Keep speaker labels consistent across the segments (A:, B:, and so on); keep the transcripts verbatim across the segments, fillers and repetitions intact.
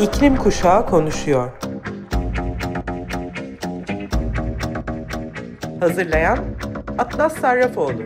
A: İklim Kuşağı konuşuyor. Hazırlayan Atlas Sarrafoğlu.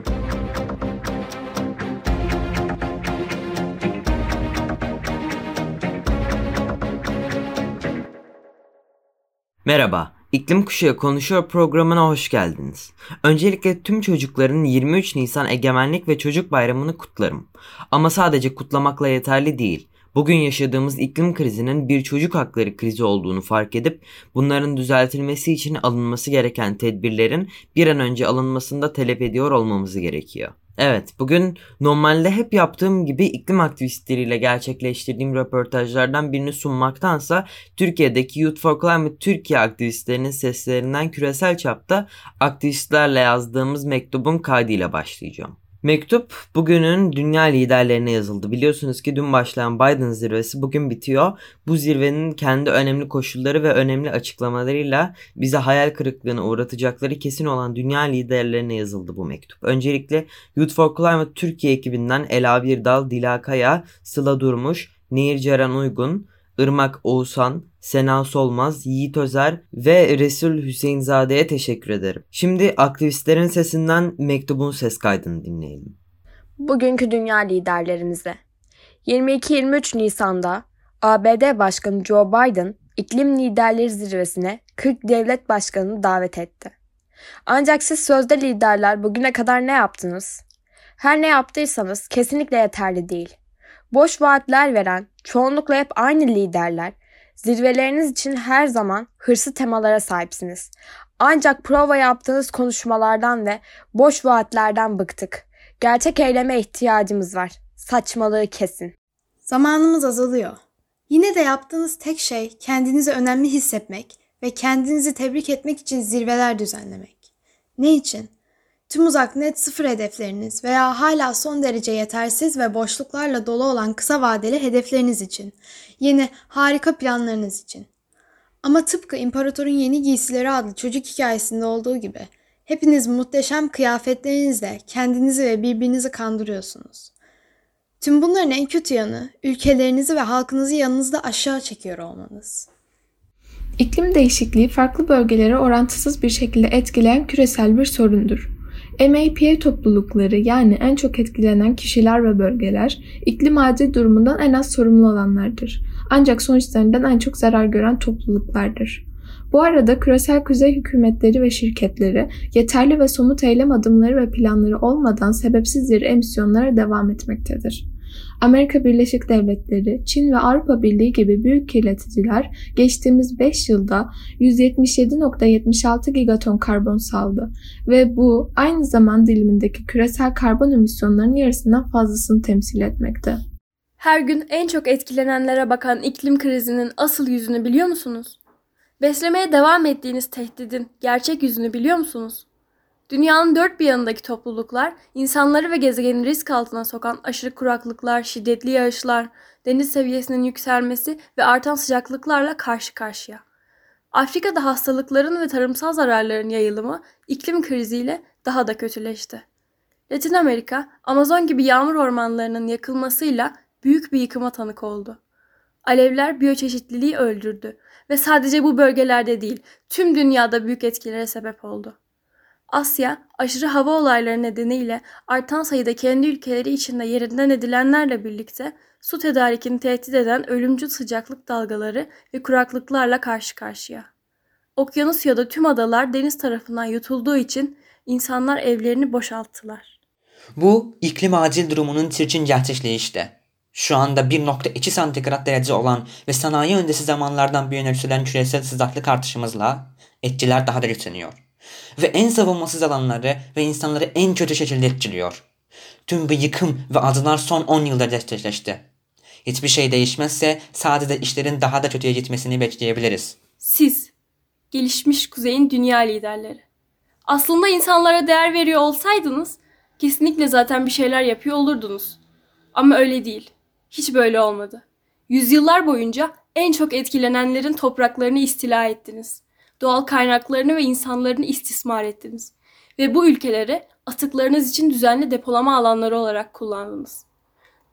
B: Merhaba, İklim Kuşağı Konuşuyor programına hoş geldiniz. Öncelikle tüm çocukların yirmi üç Nisan Egemenlik ve Çocuk Bayramı'nı kutlarım. Ama sadece kutlamakla yeterli değil. Bugün yaşadığımız iklim krizinin bir çocuk hakları krizi olduğunu fark edip bunların düzeltilmesi için alınması gereken tedbirlerin bir an önce alınmasını da talep ediyor olmamız gerekiyor. Evet, bugün normalde hep yaptığım gibi iklim aktivistleriyle gerçekleştirdiğim röportajlardan birini sunmaktansa Türkiye'deki Youth for Climate Türkiye aktivistlerinin seslerinden küresel çapta aktivistlerle yazdığımız mektubun kaydıyla başlayacağım. Mektup bugünün dünya liderlerine yazıldı. Biliyorsunuz ki dün başlayan Biden zirvesi bugün bitiyor. Bu zirvenin kendi önemli koşulları ve önemli açıklamalarıyla bize hayal kırıklığına uğratacakları kesin olan dünya liderlerine yazıldı bu mektup. Öncelikle Youth for Climate Türkiye ekibinden Ela Birdal, Dila Kaya, Sıla Durmuş, Nehir Ceren Uygun, Irmak Oğuzhan, Sena Solmaz, Yiğit Özer ve Resul Hüseyinzade'ye teşekkür ederim. Şimdi aktivistlerin sesinden mektubun ses kaydını dinleyelim.
C: Bugünkü dünya liderlerimize. yirmi iki yirmi üç Nisan'da A B D Başkanı Joe Biden iklim liderleri zirvesine kırk devlet başkanını davet etti. Ancak siz sözde liderler bugüne kadar ne yaptınız? Her ne yaptıysanız kesinlikle yeterli değil. Boş vaatler veren, çoğunlukla hep aynı liderler, zirveleriniz için her zaman hırslı temalara sahipsiniz. Ancak prova yaptığınız konuşmalardan ve boş vaatlerden bıktık. Gerçek eyleme ihtiyacımız var. Saçmalığı kesin.
D: Zamanımız azalıyor. Yine de yaptığınız tek şey kendinizi önemli hissetmek ve kendinizi tebrik etmek için zirveler düzenlemek. Ne için? Tüm uzak net sıfır hedefleriniz veya hala son derece yetersiz ve boşluklarla dolu olan kısa vadeli hedefleriniz için, yeni harika planlarınız için. Ama tıpkı İmparatorun Yeni Giysileri adlı çocuk hikayesinde olduğu gibi, hepiniz muhteşem kıyafetlerinizle kendinizi ve birbirinizi kandırıyorsunuz. Tüm bunların en kötü yanı, ülkelerinizi ve halkınızı yanınızda aşağı çekiyor olmanız.
E: İklim değişikliği farklı bölgeleri orantısız bir şekilde etkileyen küresel bir sorundur. M A P A toplulukları yani en çok etkilenen kişiler ve bölgeler iklim acil durumundan en az sorumlu olanlardır. Ancak sonuçlarından en çok zarar gören topluluklardır. Bu arada küresel kuzey hükümetleri ve şirketleri yeterli ve somut eylem adımları ve planları olmadan sebepsiz zero emisyonlara devam etmektedir. Amerika Birleşik Devletleri, Çin ve Avrupa Birliği gibi büyük kirleticiler geçtiğimiz beş yılda yüz yetmiş yedi virgül yetmiş altı gigaton karbon saldı ve bu aynı zaman dilimindeki küresel karbon emisyonlarının yarısından fazlasını temsil etmekte.
F: Her gün en çok etkilenenlere bakan iklim krizinin asıl yüzünü biliyor musunuz? Beslemeye devam ettiğiniz tehdidin gerçek yüzünü biliyor musunuz? Dünyanın dört bir yanındaki topluluklar, insanları ve gezegeni risk altına sokan aşırı kuraklıklar, şiddetli yağışlar, deniz seviyesinin yükselmesi ve artan sıcaklıklarla karşı karşıya. Afrika'da hastalıkların ve tarımsal zararların yayılımı iklim kriziyle daha da kötüleşti. Latin Amerika, Amazon gibi yağmur ormanlarının yakılmasıyla büyük bir yıkıma tanık oldu. Alevler biyoçeşitliliği öldürdü ve sadece bu bölgelerde değil, tüm dünyada büyük etkilere sebep oldu. Asya, aşırı hava olayları nedeniyle artan sayıda kendi ülkeleri içinde yerinden edilenlerle birlikte su tedarikini tehdit eden ölümcül sıcaklık dalgaları ve kuraklıklarla karşı karşıya. Okyanus ya da tüm adalar deniz tarafından yutulduğu için insanlar evlerini boşalttılar.
G: Bu iklim acil durumunun çirkin gerçekleşti. Şu anda bir nokta iki santigrat derece olan ve sanayi öncesi zamanlardan bir yana süren küresel sıcaklık artışımızla etkiler daha da güçleniyor. Ve en savunmasız alanları ve insanları en kötü şekilde etkiliyor. Tüm bu yıkım ve acılar son on yılda gerçekleşti. Hiçbir şey değişmezse sadece işlerin daha da kötüye gitmesini bekleyebiliriz.
F: Siz, gelişmiş kuzeyin dünya liderleri. Aslında insanlara değer veriyor olsaydınız, kesinlikle zaten bir şeyler yapıyor olurdunuz. Ama öyle değil. Hiç böyle olmadı. Yüzyıllar boyunca en çok etkilenenlerin topraklarını istila ettiniz. Doğal kaynaklarını ve insanlarını istismar ettiniz. Ve bu ülkeleri atıklarınız için düzenli depolama alanları olarak kullandınız.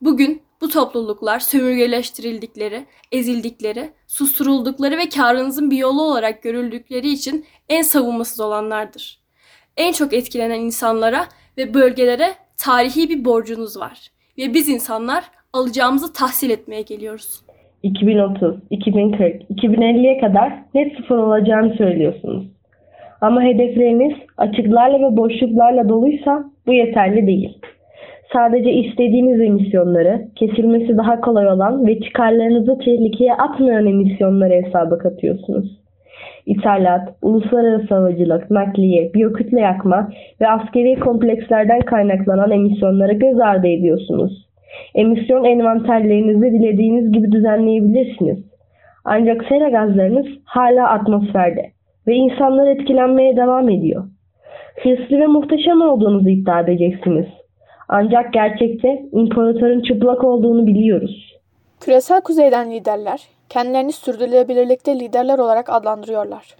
F: Bugün bu topluluklar sömürgeleştirildikleri, ezildikleri, susturuldukları ve karınızın bir yolu olarak görüldükleri için en savunmasız olanlardır. En çok etkilenen insanlara ve bölgelere tarihi bir borcunuz var. Ve biz insanlar alacağımızı tahsil etmeye geliyoruz.
H: iki bin otuz, iki bin kırk, iki bin elliye kadar net sıfır olacağını söylüyorsunuz. Ama hedefleriniz açıklarla ve boşluklarla doluysa bu yeterli değil. Sadece istediğiniz emisyonları, kesilmesi daha kolay olan ve çıkarlarınızı tehlikeye atmayan emisyonları hesaba katıyorsunuz. İthalat, uluslararası havacılık, nakliye, biyokütle yakma ve askeri komplekslerden kaynaklanan emisyonları göz ardı ediyorsunuz. Emisyon envanterlerinizi dilediğiniz gibi düzenleyebilirsiniz. Ancak sera gazlarınız hala atmosferde ve insanlar etkilenmeye devam ediyor. Hırslı ve muhteşem olduğunuzu iddia edeceksiniz. Ancak gerçekte imparatorun çıplak olduğunu biliyoruz.
I: Küresel kuzeyden liderler kendilerini sürdürülebilirlikte liderler olarak adlandırıyorlar.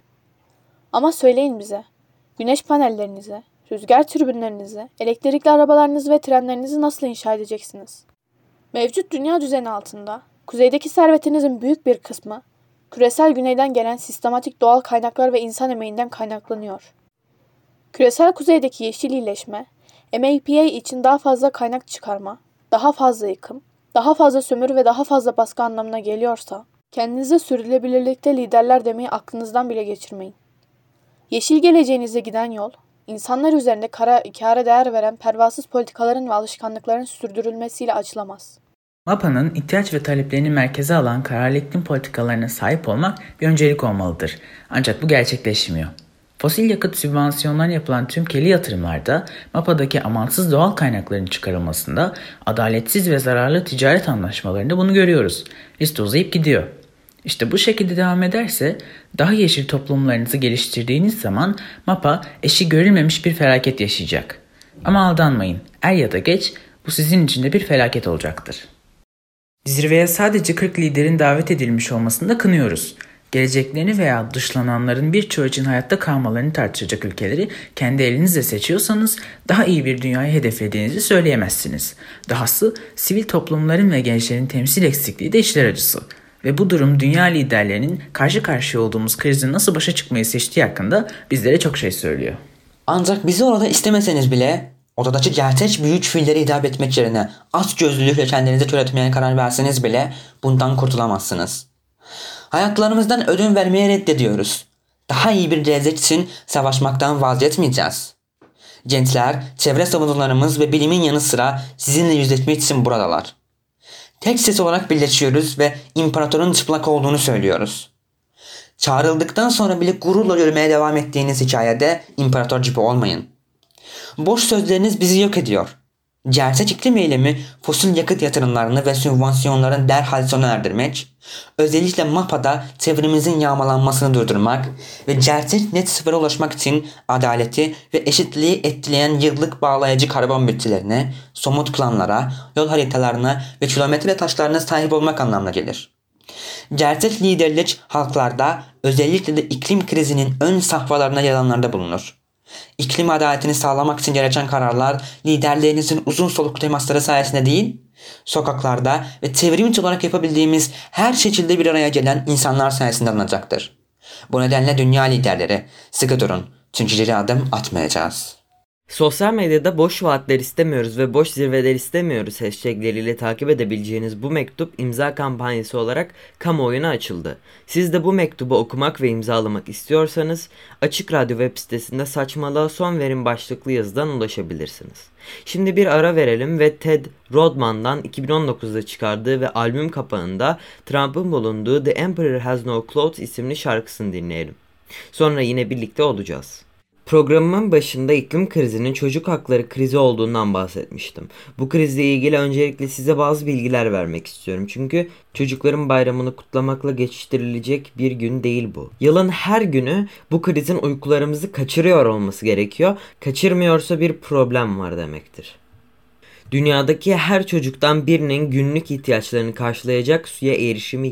I: Ama söyleyin bize, güneş panellerinizi, rüzgar türbinlerinizi, elektrikli arabalarınızı ve trenlerinizi nasıl inşa edeceksiniz? Mevcut dünya düzeni altında, kuzeydeki servetinizin büyük bir kısmı, küresel güneyden gelen sistematik doğal kaynaklar ve insan emeğinden kaynaklanıyor. Küresel kuzeydeki yeşil iyileşme, M A P A için daha fazla kaynak çıkarma, daha fazla yıkım, daha fazla sömürü ve daha fazla baskı anlamına geliyorsa, kendinize sürdürülebilirlikte liderler demeyi aklınızdan bile geçirmeyin. Yeşil geleceğinize giden yol, insanlar üzerinde kara, kâra değer veren pervasız politikaların ve alışkanlıkların sürdürülmesiyle açılamaz.
J: MAPA'nın ihtiyaç ve taleplerini merkeze alan kararlı iklim politikalarına sahip olmak bir öncelik olmalıdır. Ancak bu gerçekleşmiyor. Fosil yakıt sübvansiyonlarına yapılan tüm kirli yatırımlarda, MAPA'daki amansız doğal kaynakların çıkarılmasında, adaletsiz ve zararlı ticaret anlaşmalarında bunu görüyoruz. Liste uzayıp gidiyor. İşte bu şekilde devam ederse, daha yeşil toplumlarınızı geliştirdiğiniz zaman MAPA eşi görülmemiş bir felaket yaşayacak. Ama aldanmayın, er ya da geç bu sizin için de bir felaket olacaktır. Zirveye sadece kırk liderin davet edilmiş olmasını da kınıyoruz. Geleceklerini veya dışlananların birçoğu için hayatta kalmalarını tartışacak ülkeleri kendi elinizle seçiyorsanız daha iyi bir dünyayı hedeflediğinizi söyleyemezsiniz. Dahası sivil toplumların ve gençlerin temsil eksikliği de içler acısı. Ve bu durum dünya liderlerinin karşı karşıya olduğumuz krizin nasıl başa çıkmayı seçtiği hakkında bizlere çok şey söylüyor.
G: Ancak bizi orada istemeseniz bile odadaki gerçek büyük filleri hitap etmek yerine açgözlülükle kendinizi kör etmeye karar verseniz bile bundan kurtulamazsınız. Hayatlarımızdan ödün vermeye reddediyoruz. Daha iyi bir gelecek için savaşmaktan vazgeçmeyeceğiz. Gençler, çevre savunucularımız ve bilimin yanı sıra sizinle yüzleşmek için buradalar. Tek ses olarak birleşiyoruz ve imparatorun çıplak olduğunu söylüyoruz. Çağrıldıktan sonra bile gururla yürümeye devam ettiğiniz hikayede imparator gibi olmayın. Boş sözleriniz bizi yok ediyor. Gerçek iklim eylemi fosil yakıt yatırımlarını ve sübvansiyonların derhal sona erdirmek, özellikle MAPA'da çevremizin yağmalanmasını durdurmak ve gerçek net sıfıra ulaşmak için adaleti ve eşitliği etkileyen yıllık bağlayıcı karbon bütçelerine, somut planlara, yol haritalarına ve kilometre taşlarına sahip olmak anlamına gelir. Gerçek liderlik halklarda, özellikle de iklim krizinin ön safhalarına yer alanlarda bulunur. İklim adaletini sağlamak için gereken kararlar liderlerinizin uzun soluklu temasları sayesinde değil, sokaklarda ve çevrimiçi olarak yapabildiğimiz her şekilde bir araya gelen insanlar sayesinde alınacaktır. Bu nedenle dünya liderleri sıkı durun, çünkü ileri adım atmayacağız.
B: Sosyal medyada boş vaatler istemiyoruz ve boş zirveler istemiyoruz hashtagleriyle takip edebileceğiniz bu mektup imza kampanyası olarak kamuoyuna açıldı. Siz de bu mektubu okumak ve imzalamak istiyorsanız Açık Radyo web sitesinde saçmalığa son verin başlıklı yazıdan ulaşabilirsiniz. Şimdi bir ara verelim ve Ted Rodman'dan iki bin on dokuzda çıkardığı ve albüm kapağında Trump'ın bulunduğu The Emperor Has No Clothes isimli şarkısını dinleyelim. Sonra yine birlikte olacağız. Programımın başında iklim krizinin çocuk hakları krizi olduğundan bahsetmiştim. Bu krizle ilgili öncelikle size bazı bilgiler vermek istiyorum. Çünkü çocukların bayramını kutlamakla geçiştirilecek bir gün değil bu. Yılın her günü bu krizin uykularımızı kaçırıyor olması gerekiyor. Kaçırmıyorsa bir problem var demektir. Dünyadaki her çocuktan birinin günlük ihtiyaçlarını karşılayacak suya erişimi yok.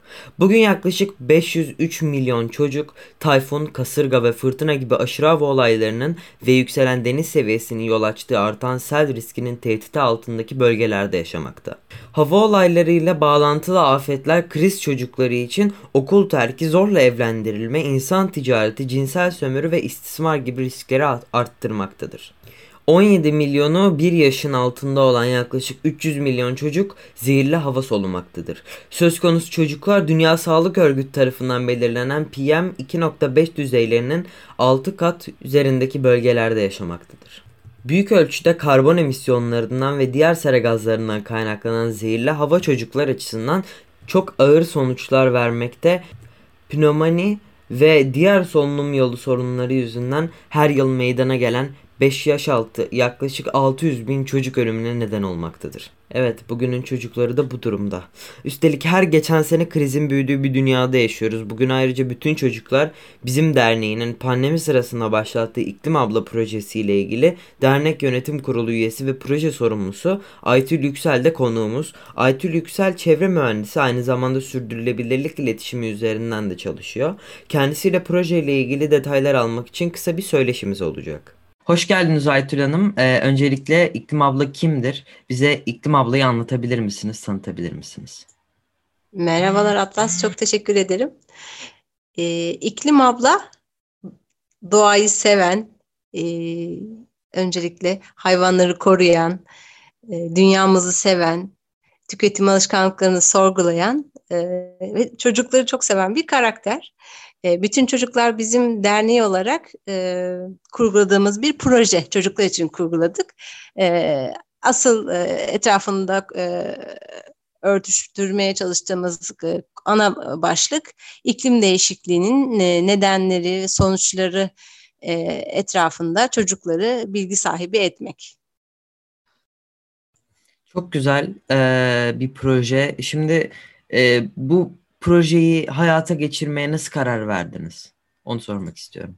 B: Bugün yaklaşık beş yüz üç milyon çocuk tayfun, kasırga ve fırtına gibi aşırı hava olaylarının ve yükselen deniz seviyesinin yol açtığı artan sel riskinin tehdidi altındaki bölgelerde yaşamakta. Hava olaylarıyla bağlantılı afetler kriz çocukları için okul terki, zorla evlendirilme, insan ticareti, cinsel sömürü ve istismar gibi riskleri arttırmaktadır. on yedi milyonu bir yaşın altında olan yaklaşık üç yüz milyon çocuk zehirli hava solumaktadır. Söz konusu çocuklar Dünya Sağlık Örgütü tarafından belirlenen P M iki nokta beş düzeylerinin altı kat üzerindeki bölgelerde yaşamaktadır. Büyük ölçüde karbon emisyonlarından ve diğer sera gazlarından kaynaklanan zehirli hava çocuklar açısından çok ağır sonuçlar vermekte. Pnömoni ve diğer solunum yolu sorunları yüzünden her yıl meydana gelen beş yaş altı yaklaşık altı yüz bin çocuk ölümüne neden olmaktadır. Evet, bugünün çocukları da bu durumda. Üstelik her geçen sene krizin büyüdüğü bir dünyada yaşıyoruz. Bugün ayrıca bütün çocuklar Bizim Derneği'nin pandemi sırasında başlattığı İklim Abla projesiyle ilgili dernek yönetim kurulu üyesi ve proje sorumlusu Aytül Yüksel de konuğumuz. Aytül Yüksel çevre mühendisi, aynı zamanda sürdürülebilirlik iletişimi üzerinden de çalışıyor. Kendisiyle projeyle ilgili detaylar almak için kısa bir söyleşimiz olacak. Hoş geldiniz Aytül Hanım. Ee, öncelikle İklim Abla kimdir? Bize İklim Abla'yı anlatabilir misiniz, tanıtabilir misiniz?
K: Merhabalar Atlas, çok teşekkür ederim. Ee, İklim Abla, doğayı seven, e, öncelikle hayvanları koruyan, e, dünyamızı seven, tüketim alışkanlıklarını sorgulayan e, ve çocukları çok seven bir karakter. E, bütün çocuklar bizim derneği olarak e, kurguladığımız bir proje, çocuklar için kurguladık. E, asıl e, etrafında e, örtüştürmeye çalıştığımız e, ana başlık iklim değişikliğinin e, nedenleri, sonuçları e, etrafında çocukları bilgi sahibi etmek.
B: Çok güzel ee, bir proje. Şimdi e, bu projeyi hayata geçirmeye nasıl karar verdiniz? Onu sormak istiyorum.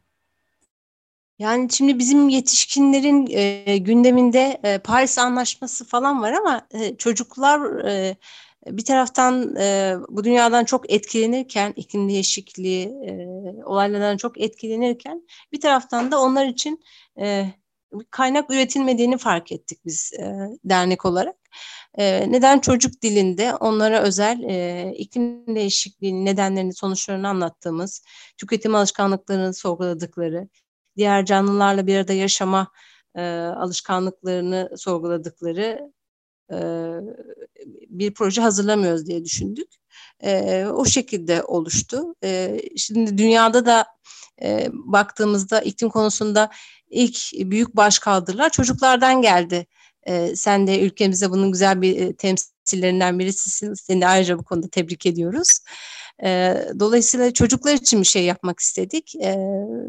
K: Yani şimdi bizim yetişkinlerin e, gündeminde e, Paris Anlaşması falan var ama e, çocuklar e, bir taraftan e, bu dünyadan çok etkilenirken, iklim değişikliği e, olaylardan çok etkilenirken bir taraftan da onlar için e, kaynak üretilmediğini fark ettik biz e, dernek olarak. E, neden çocuk dilinde onlara özel e, iklim değişikliğinin nedenlerini, sonuçlarını anlattığımız, tüketim alışkanlıklarını sorguladıkları, diğer canlılarla bir arada yaşama e, alışkanlıklarını sorguladıkları e, bir proje hazırlamıyoruz diye düşündük. E, o şekilde oluştu. E, şimdi dünyada da e, baktığımızda iklim konusunda ilk büyük başkaldırılar çocuklardan geldi. E, sen de ülkemizde bunun güzel bir e, temsillerinden birisisin. Seni de ayrıca bu konuda tebrik ediyoruz. E, dolayısıyla çocuklar için bir şey yapmak istedik. E,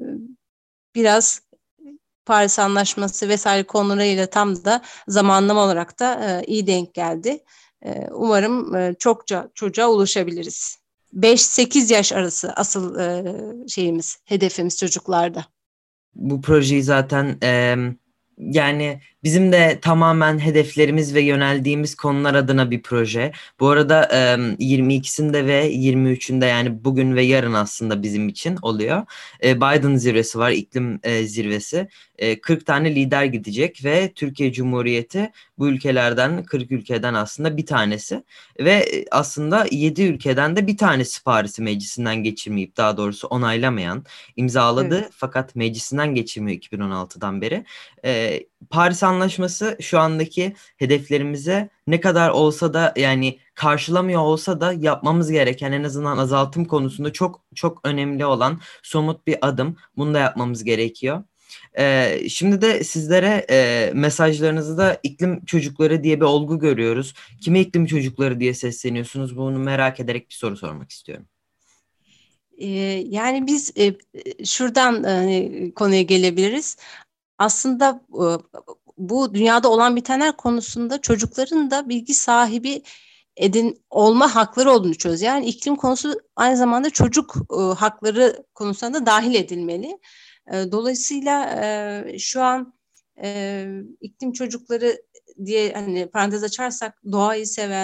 K: biraz Paris Anlaşması vesaire konularıyla tam da zamanlama olarak da e, iyi denk geldi. E, umarım e, çokça çocuğa ulaşabiliriz. beş sekiz yaş arası asıl e, şeyimiz, hedefimiz çocuklarda.
B: Bu projeyi zaten e, yani bizim de tamamen hedeflerimiz ve yöneldiğimiz konular adına bir proje. Bu arada e, yirmi ikisinde ve yirmi üçünde, yani bugün ve yarın aslında bizim için oluyor. E, Biden zirvesi var, iklim e, zirvesi. E, kırk tane lider gidecek ve Türkiye Cumhuriyeti bu ülkelerden, kırk ülkeden aslında bir tanesi. Ve aslında yedi ülkeden de bir tanesi Paris'i meclisinden geçirmeyip, daha doğrusu onaylamayan, imzaladı evet. Fakat meclisinden geçirmiyor iki bin on altıdan beri. E, Paris Anlaşması şu andaki hedeflerimize ne kadar olsa da, yani karşılamıyor olsa da, yapmamız gereken, en azından azaltım konusunda çok çok önemli olan somut bir adım. Bunu da yapmamız gerekiyor. Ee, şimdi de sizlere e, mesajlarınızda iklim çocukları diye bir olgu görüyoruz. Kime iklim çocukları diye sesleniyorsunuz? Bunu merak ederek bir soru sormak istiyorum.
K: Ee, yani biz e, şuradan e, konuya gelebiliriz. Aslında e, bu dünyada olan bitenler konusunda çocukların da bilgi sahibi edin olma hakları olduğunu çöz. Yani iklim konusu aynı zamanda çocuk e, hakları konusuna da dahil edilmeli. E, dolayısıyla e, şu an e, iklim çocukları diye hani parantez açarsak doğayı seven,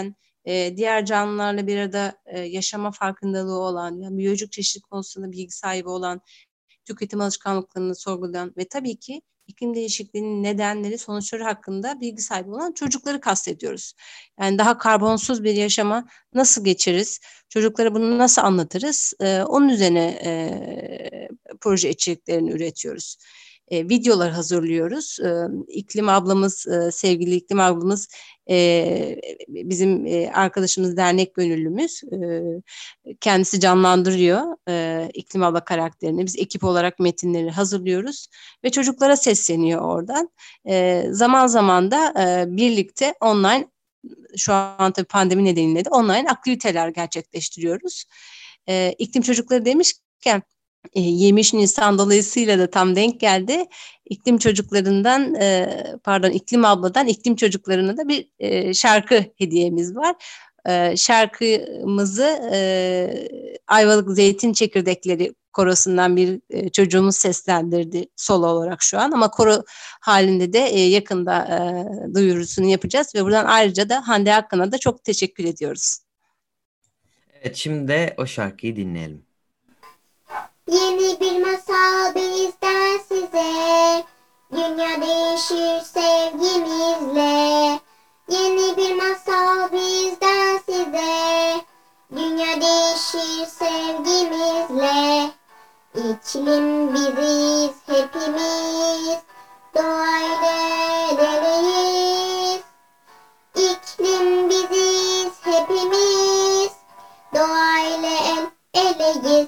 K: e, diğer canlılarla bir arada e, yaşama farkındalığı olan, yani biyolojik çeşitlilik konusunda bilgi sahibi olan, tüketim alışkanlıklarını sorgulayan ve tabii ki iklim değişikliğinin nedenleri, sonuçları hakkında bilgi sahibi olan çocukları kastediyoruz. Yani daha karbonsuz bir yaşama nasıl geçeriz? Çocuklara bunu nasıl anlatırız? Ee, onun üzerine e, proje içeriklerini üretiyoruz. E, videolar hazırlıyoruz. E, İklim ablamız, e, sevgili İklim ablamız e, bizim e, arkadaşımız, dernek gönüllümüz. E, kendisi canlandırıyor e, İklim abla karakterini. Biz ekip olarak metinleri hazırlıyoruz ve çocuklara sesleniyor oradan. E, zaman zaman da e, birlikte online, şu an tabii pandemi nedeniyle de online aktiviteler gerçekleştiriyoruz. E, iklim çocukları demişken e, yirmi üç Nisan dolayısıyla da tam denk geldi. İklim çocuklarından e, pardon iklim abladan iklim çocuklarına da bir e, şarkı hediyemiz var. E, şarkımızı e, Ayvalık Zeytin Çekirdekleri Korosu'ndan bir e, çocuğumuz seslendirdi solo olarak şu an, ama koro halinde de e, yakında e, duyurusunu yapacağız ve buradan ayrıca da Hande Akkan'a da çok teşekkür ediyoruz.
B: Evet, şimdi de o şarkıyı dinleyelim.
L: Yeni bir masal bizden size, dünya değişir sevgimizle. Yeni bir masal bizden size, dünya değişir sevgimizle. İklim biziz hepimiz, doğayla el eleyiz. İklim biziz hepimiz, doğayla el eleyiz.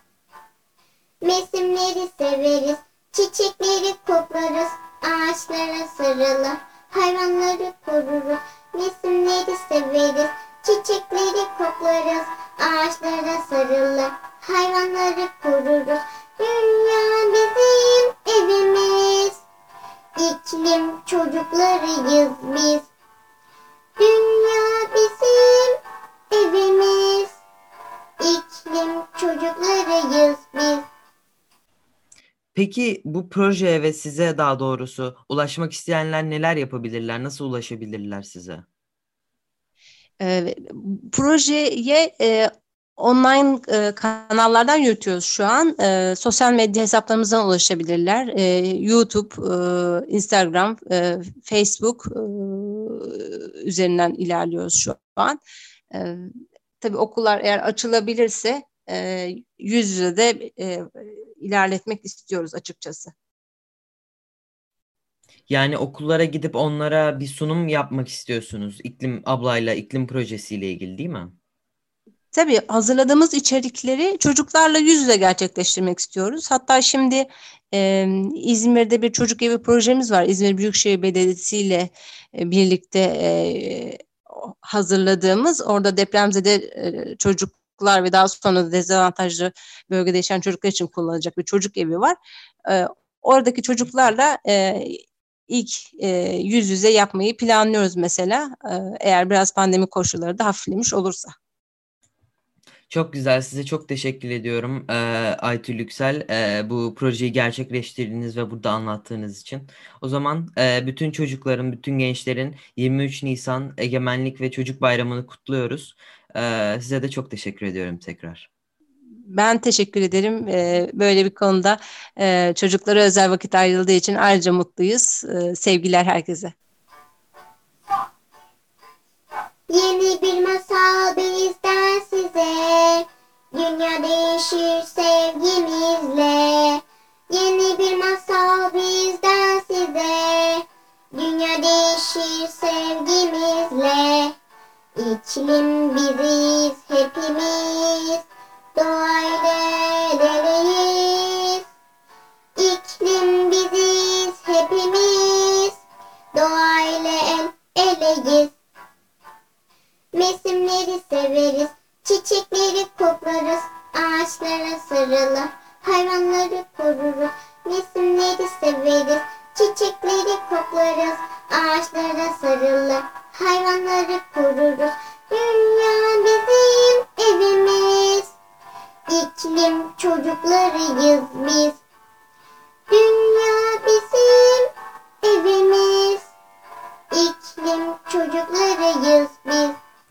L: Mevsimleri severiz, çiçekleri koklarız, ağaçlara sarılır, hayvanları koruruz. Mevsimleri severiz, çiçekleri koklarız, ağaçlara sarılır, hayvanları koruruz. Dünya bizim evimiz, iklim çocuklarıyız biz. Dünya bizim evimiz, iklim çocuklarıyız biz.
B: Peki bu projeye ve size daha doğrusu ulaşmak isteyenler neler yapabilirler? Nasıl ulaşabilirler size?
K: E, projeye e, online e, kanallardan yürütüyoruz şu an. E, sosyal medya hesaplarımızdan ulaşabilirler. E, YouTube, e, Instagram, e, Facebook e, üzerinden ilerliyoruz şu an. E, tabii okullar eğer açılabilirse e, yüz yüze de e, ilerletmek istiyoruz açıkçası.
B: Yani okullara gidip onlara bir sunum yapmak istiyorsunuz. İklim ablayla, iklim projesiyle ilgili değil mi?
K: Tabii hazırladığımız içerikleri çocuklarla yüz yüze gerçekleştirmek istiyoruz. Hatta şimdi e, İzmir'de bir çocuk evi projemiz var. İzmir Büyükşehir Belediyesi ile e, birlikte e, hazırladığımız, orada depremzede e, çocuklar ve daha sonra da dezavantajlı bölgede yaşayan çocuklar için kullanılacak bir çocuk evi var. E, oradaki çocuklarla e, ilk e, yüz yüze yapmayı planlıyoruz mesela. E, eğer biraz pandemi koşulları da hafiflemiş olursa.
B: Çok güzel. Size çok teşekkür ediyorum eee Aytül Yüksel, eee, bu projeyi gerçekleştirdiğiniz ve burada anlattığınız için. O zaman eee, bütün çocukların, bütün gençlerin yirmi üç Nisan Egemenlik ve Çocuk Bayramı'nı kutluyoruz. Eee, size de çok teşekkür ediyorum tekrar.
K: Ben teşekkür ederim. Ee, böyle bir konuda e, çocuklara özel vakit ayrıldığı için ayrıca mutluyuz. Ee, sevgiler herkese.
L: Yeni bir masal bizden size, dünya değişir sevgimizle. Yeni bir masal bizden size, dünya değişir sevgimizle. İklim biziz hepimiz, doğayla el eleyiz. İklim biziz hepimiz, doğayla el eleyiz. Mevsimleri severiz, çiçekleri koklarız, ağaçlara sarılır, hayvanları koruruz. Mevsimleri severiz, çiçekleri koklarız, ağaçlara sarılır, hayvanları koruruz. Dünya bizim evimiz, iklim çocuklarıyız biz. Dünya bizim evimiz, iklim çocuklarıyız biz.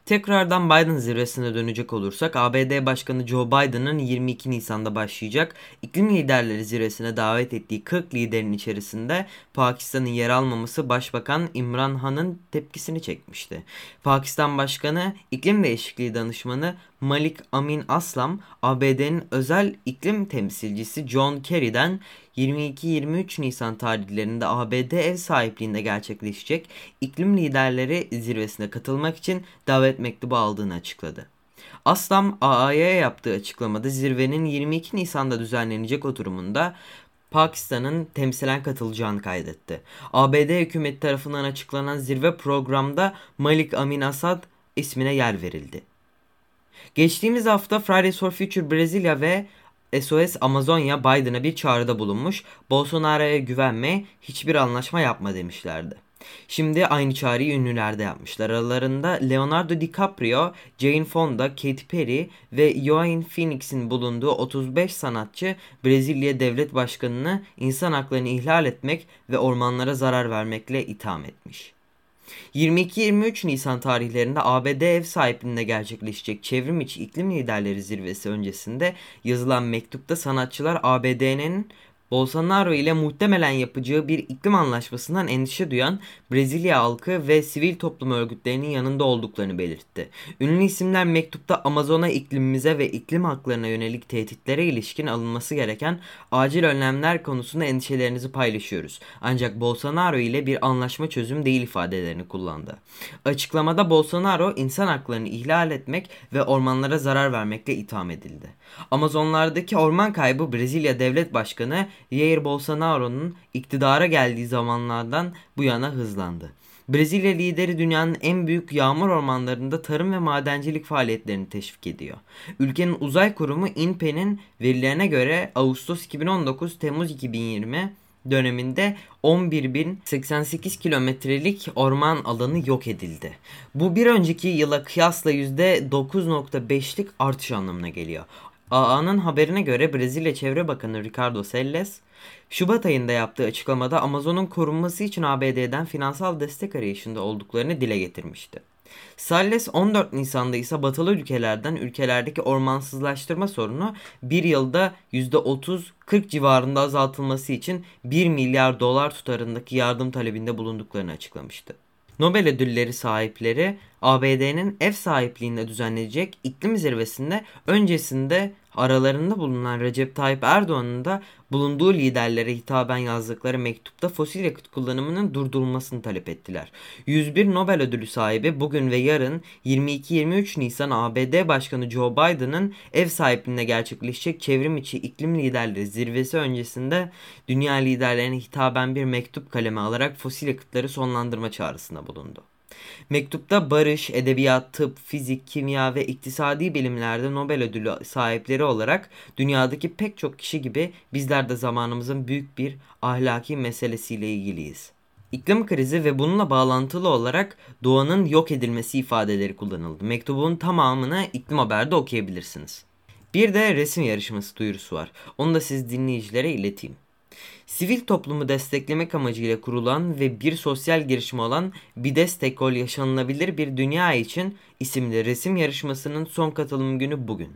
B: Tekrardan Biden zirvesine dönecek olursak A B D Başkanı Joe Biden'ın yirmi iki Nisan'da başlayacak iklim liderleri zirvesine davet ettiği kırk liderin içerisinde Pakistan'ın yer almaması Başbakan İmran Han'ın tepkisini çekmişti. Pakistan Başkanı İklim Değişikliği Danışmanı Malik Amin Aslam, A B D'nin özel iklim temsilcisi John Kerry'den yirmi iki yirmi üç Nisan tarihlerinde A B D ev sahipliğinde gerçekleşecek iklim liderleri zirvesine katılmak için davet mektubu aldığını açıkladı. Aslam, A A'ya yaptığı açıklamada zirvenin yirmi iki Nisan'da düzenlenecek oturumunda Pakistan'ın temsilen katılacağını kaydetti. A B D hükümeti tarafından açıklanan zirve programda Malik Amin Asad ismine yer verildi. Geçtiğimiz hafta Fridays for Future Brezilya ve S O S Amazonya Biden'a bir çağrıda bulunmuş, Bolsonaro'ya güvenme, hiçbir anlaşma yapma demişlerdi. Şimdi aynı çağrıyı ünlüler de yapmışlar. Aralarında Leonardo DiCaprio, Jane Fonda, Katy Perry ve Joaquin Phoenix'in bulunduğu otuz beş sanatçı Brezilya Devlet Başkanı'nı insan haklarını ihlal etmek ve ormanlara zarar vermekle itham etmiş. yirmi iki yirmi üç Nisan tarihlerinde A B D ev sahipliğinde gerçekleşecek çevrim içi iklim liderleri zirvesi öncesinde yazılan mektupta sanatçılar A B D'nin Bolsonaro ile muhtemelen yapacağı bir iklim anlaşmasından endişe duyan Brezilya halkı ve sivil toplum örgütlerinin yanında olduklarını belirtti. Ünlü isimler mektupta Amazon'a, iklimimize ve iklim haklarına yönelik tehditlere ilişkin alınması gereken acil önlemler konusunda endişelerinizi paylaşıyoruz. Ancak Bolsonaro ile bir anlaşma çözüm değil ifadelerini kullandı. Açıklamada Bolsonaro insan haklarını ihlal etmek ve ormanlara zarar vermekle itham edildi. Amazonlardaki orman kaybı Brezilya Devlet Başkanı Jair Bolsonaro'nun iktidara geldiği zamanlardan bu yana hızlandı. Brezilya lideri dünyanın en büyük yağmur ormanlarında tarım ve madencilik faaliyetlerini teşvik ediyor. Ülkenin uzay kurumu INPE'nin verilerine göre Ağustos iki bin on dokuz Temmuz iki bin yirmi döneminde on bir bin seksen sekiz kilometrelik orman alanı yok edildi. Bu bir önceki yıla kıyasla yüzde dokuz nokta beşlik artış anlamına geliyor. A A'nın haberine göre Brezilya Çevre Bakanı Ricardo Salles, Şubat ayında yaptığı açıklamada Amazon'un korunması için A B D'den finansal destek arayışında olduklarını dile getirmişti. Salles on dört Nisan'da ise batılı ülkelerden ülkelerdeki ormansızlaştırma sorunu bir yılda yüzde otuz kırk civarında azaltılması için bir milyar dolar tutarındaki yardım talebinde bulunduklarını açıklamıştı. Nobel ödülleri sahipleri A B D'nin ev sahipliğinde düzenlenecek iklim zirvesinde öncesinde aralarında bulunan Recep Tayyip Erdoğan'ın da bulunduğu liderlere hitaben yazdıkları mektupta fosil yakıt kullanımının durdurulmasını talep ettiler. yüz bir Nobel ödülü sahibi bugün ve yarın yirmi iki yirmi üç Nisan A B D Başkanı Joe Biden'ın ev sahipliğinde gerçekleşecek çevrim içi iklim liderleri zirvesi öncesinde dünya liderlerine hitaben bir mektup kaleme alarak fosil yakıtları sonlandırma çağrısında bulundu. Mektupta barış, edebiyat, tıp, fizik, kimya ve iktisadi bilimlerde Nobel ödülü sahipleri olarak dünyadaki pek çok kişi gibi bizler de zamanımızın büyük bir ahlaki meselesiyle ilgiliyiz. İklim krizi ve bununla bağlantılı olarak doğanın yok edilmesi ifadeleri kullanıldı. Mektubun tamamını İklim Haber'de okuyabilirsiniz. Bir de resim yarışması duyurusu var. Onu da siz dinleyicilere ileteyim. Sivil toplumu desteklemek amacıyla kurulan ve bir sosyal girişim olan Bidestekol Yaşanılabilir Bir Dünya için isimli resim yarışmasının son katılım günü bugün.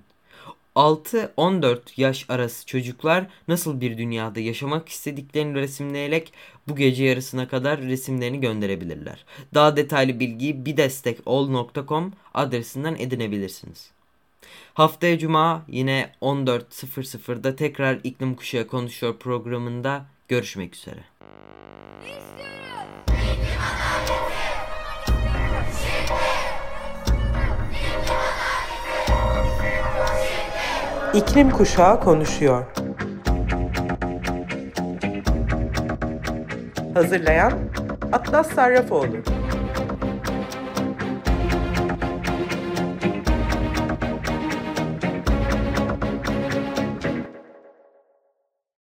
B: altı on dört yaş arası çocuklar nasıl bir dünyada yaşamak istediklerini resimleyerek bu gece yarısına kadar resimlerini gönderebilirler. Daha detaylı bilgiyi bidestekol nokta com adresinden edinebilirsiniz. Haftaya Cuma yine on dört sıfır sıfırda tekrar İklim Kuşağı Konuşuyor programında görüşmek üzere.
A: İklim Kuşağı konuşuyor. Hazırlayan Atlas Sarrafoğlu.